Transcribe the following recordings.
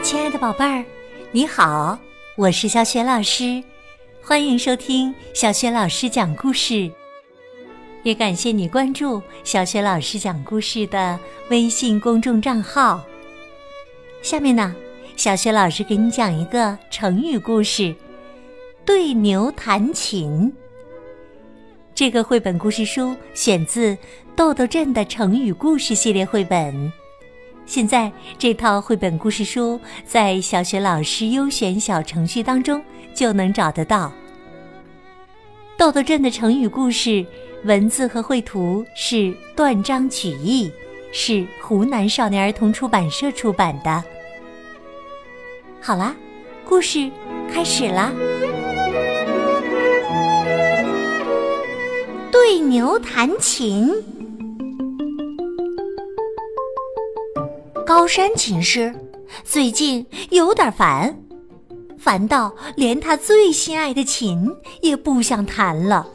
亲爱的宝贝儿，你好，我是小雪老师，欢迎收听小雪老师讲故事。也感谢你关注小雪老师讲故事的微信公众账号。下面呢，小雪老师给你讲一个成语故事，对牛弹琴。这个绘本故事书选自豆豆镇的成语故事系列绘本。现在这套绘本故事书在小雪老师优选小程序当中就能找得到。豆豆镇的成语故事文字和绘图是断章取义，是湖南少年儿童出版社出版的。好啦，故事开始啦。对牛弹琴。高山琴师最近有点烦到连他最心爱的琴也不想弹了。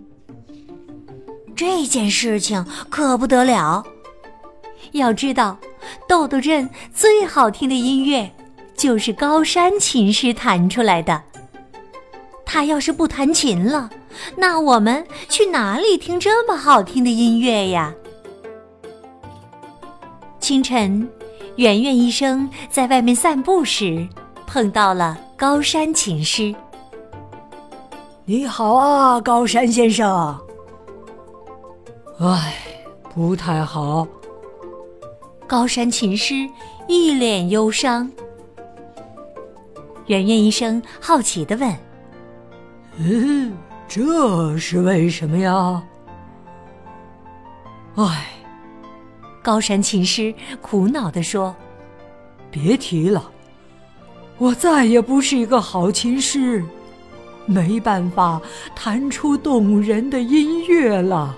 这件事情可不得了，要知道豆豆镇最好听的音乐就是高山琴师弹出来的。他要是不弹琴了，那我们去哪里听这么好听的音乐呀？清晨，圆圆医生在外面散步时碰到了高山琴师。 你好啊，高山先生。不太好。 高山琴师一脸忧伤。圆圆医生好奇地问： 这是为什么呀？ 高山琴师苦恼地说： 别提了，我再也不是一个好琴师，没办法弹出动人的音乐了。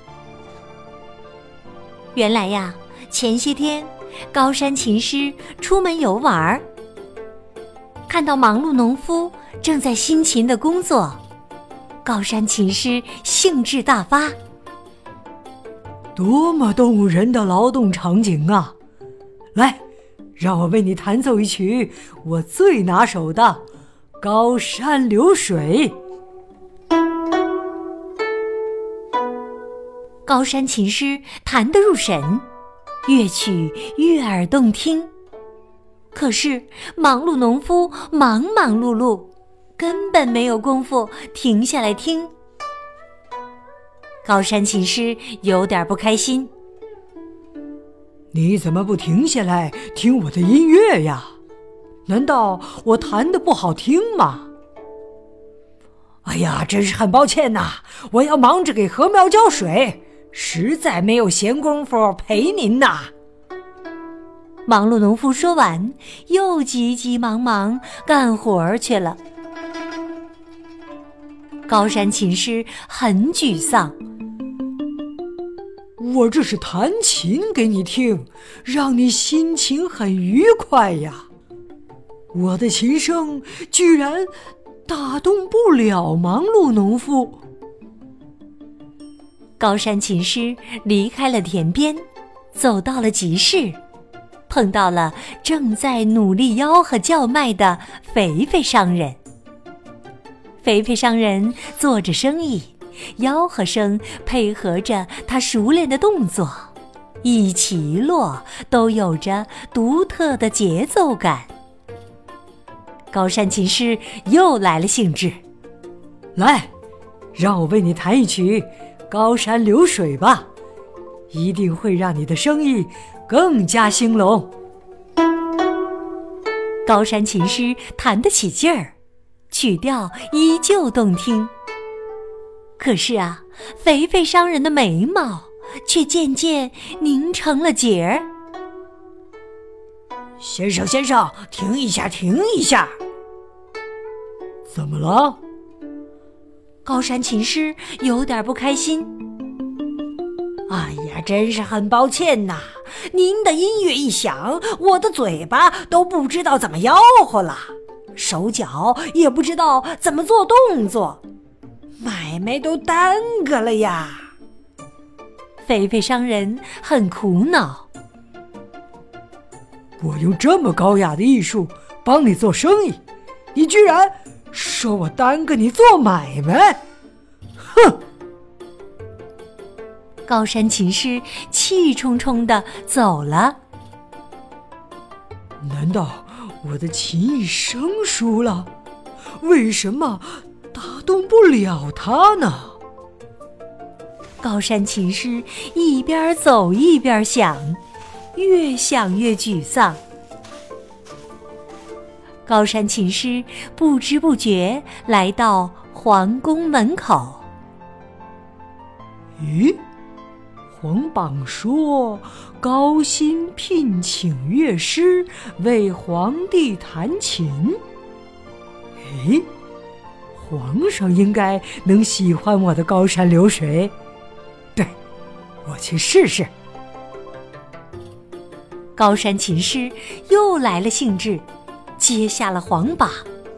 原来呀，前些天高山琴师出门游玩，看到忙碌农夫正在辛勤地工作，高山琴师兴致大发。 多么动人的劳动场景啊！来，让我为你弹奏一曲我最拿手的《高山流水》。 高山琴师弹得入神，乐曲悦耳动听。可是忙碌农夫忙忙碌碌，根本没有功夫停下来听。高山琴师有点不开心。 你怎么不停下来听我的音乐呀？难道我弹得不好听吗？真是很抱歉呐，我要忙着给禾苗浇水，实在没有闲工夫陪您呐。 忙碌农夫说完，又急急忙忙干活去了。高山琴师很沮丧。 我这是弹琴给你听，让你心情很愉快呀。我的琴声居然打动不了忙碌农夫。 高山琴师离开了田边，走到了集市，碰到了正在努力吆喝叫卖的肥肥商人。肥肥商人做着生意，吆喝声配合着他熟练的动作，一起一落都有着独特的节奏感。高山琴师又来了兴致。 来，让我为你弹一曲《高山流水》吧，一定会让你的生意更加兴隆。 高山琴师弹得起劲儿，曲调依旧动听。可是啊，肥肥商人的眉毛却渐渐拧成了结儿。 先生，停一下。怎么了？ 高山琴师有点不开心。 真是很抱歉呐，您的音乐一响，我的嘴巴都不知道怎么吆喝了，手脚也不知道怎么做动作，买卖都耽搁了呀。 肥肥商人很苦恼。 我用这么高雅的艺术帮你做生意，你居然说我耽搁你做买卖，哼！ 高山琴师气冲冲地走了。 难道我的琴艺生疏了？为什么打动不了他呢？ 高山琴师一边走一边想，越想越沮丧。高山琴师不知不觉来到皇宫门口。 咦，皇榜说高薪聘请乐师为皇帝弹琴。诶，皇上应该能喜欢我的高山流水。对，我去试试。 高山琴师又来了兴致，接下了皇榜。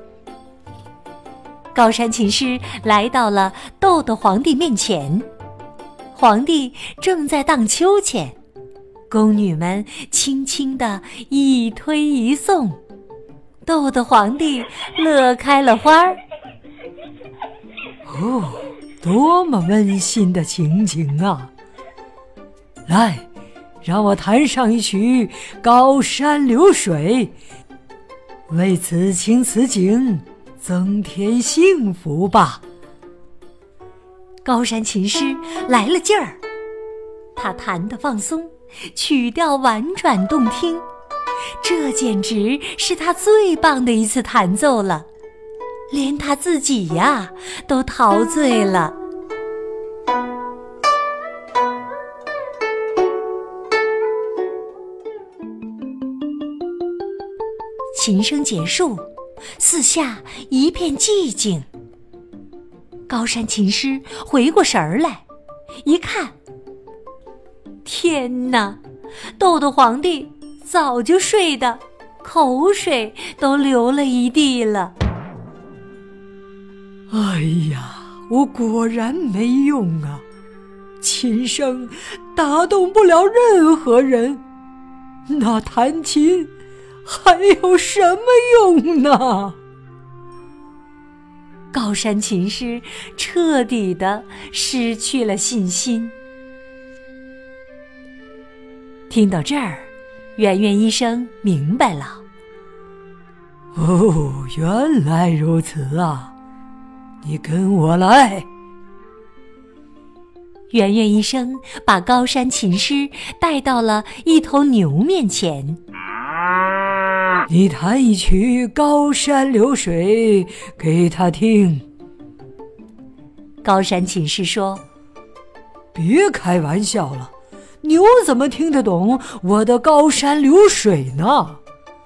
高山琴师来到了豆豆皇帝面前，皇帝正在荡秋千，宫女们轻轻地一推一送，逗得皇帝乐开了花儿。 哦，多么温馨的情景啊！来，让我弹上一曲《高山流水》，为此情此景增添幸福吧。 高山琴师来了劲儿，他弹得放松，曲调婉转动听，这简直是他最棒的一次弹奏了，连他自己呀都陶醉了。琴声结束，四下一片寂静。高山琴师回过神儿来，一看，天哪，豆豆皇帝早就睡得口水都流了一地了。 哎呀，我果然没用啊，琴声打动不了任何人，那弹琴还有什么用呢？ 高山琴师彻底地失去了信心。听到这儿，圆圆医生明白了。 哦，原来如此啊，你跟我来。 圆圆医生把高山琴师带到了一头牛面前。 你弹一曲《高山流水》给他听。 高山琴师说： 别开玩笑了，牛怎么听得懂我的高山流水呢？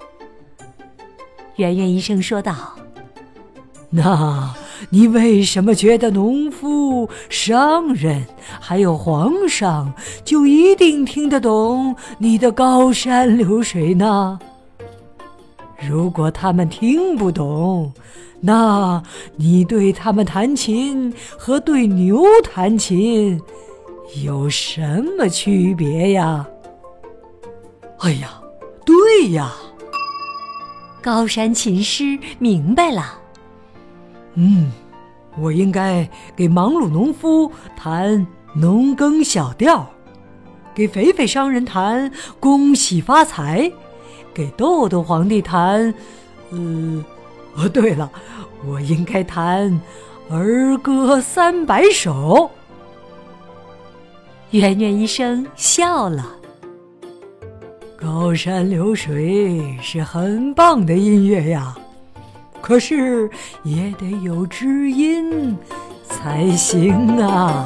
圆圆医生说道： 那你为什么觉得农夫、商人还有皇上就一定听得懂你的高山流水呢？如果他们听不懂，那你对他们弹琴和对牛弹琴有什么区别呀？哎呀，对呀！ 高山琴师明白了。 我应该给忙碌农夫弹农耕小调，给肥肥商人弹恭喜发财，给豆豆皇帝弹对了，我应该弹儿歌300首。 圆圆医生笑了。 高山流水是很棒的音乐呀，可是也得有知音才行啊。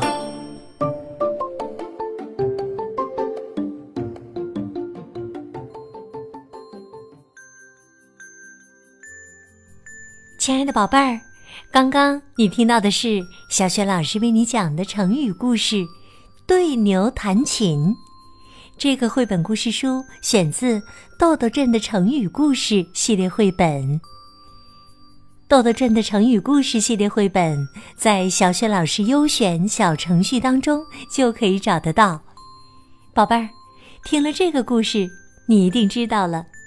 亲爱的宝贝儿，刚刚你听到的是小雪老师为你讲的成语故事对牛弹琴。这个绘本故事书选自《豆豆镇的成语故事》系列绘本。豆豆镇的成语故事系列绘本在小雪老师优选小程序当中就可以找得到。宝贝儿，听了这个故事，你一定知道了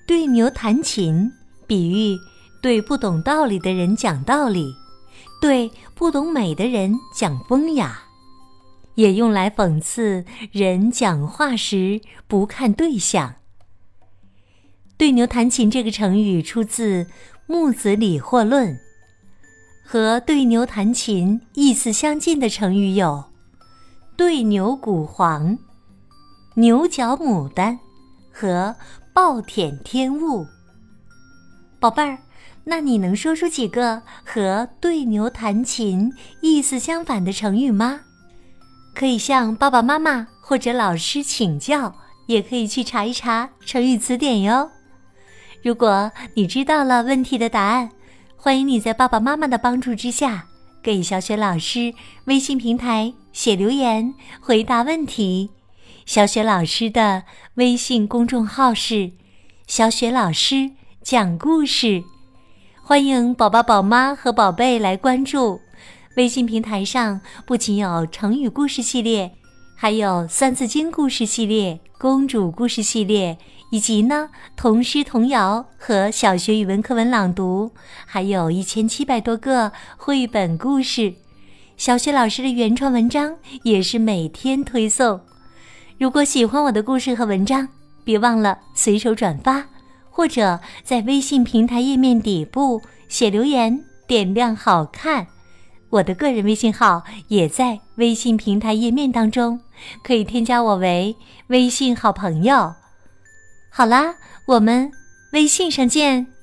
对牛弹琴比喻对不懂道理的人讲道理，对不懂美的人讲风雅，也用来讽刺人讲话时不看对象。对牛弹琴这个成语出自《木子李惑论》，和对牛弹琴意思相近的成语有对牛鼓黄、牛角牡丹和暴殄天物。宝贝儿，那你能说出几个和对牛弹琴意思相反的成语吗？可以向爸爸妈妈或者老师请教，也可以去查一查成语词典哟。如果你知道了问题的答案，欢迎你在爸爸妈妈的帮助之下，给小雪老师微信平台写留言回答问题。小雪老师的微信公众号是小雪老师讲故事，欢迎宝宝宝妈和宝贝来关注。微信平台上不仅有成语故事系列，还有三字经故事系列、公主故事系列，以及童诗童谣和小学语文课文朗读，还有1700多个绘本故事。小雪老师的原创文章也是每天推送。如果喜欢我的故事和文章，别忘了随手转发，或者在微信平台页面底部写留言点亮好看。我的个人微信号也在微信平台页面当中，可以添加我为微信好朋友。好啦，我们微信上见。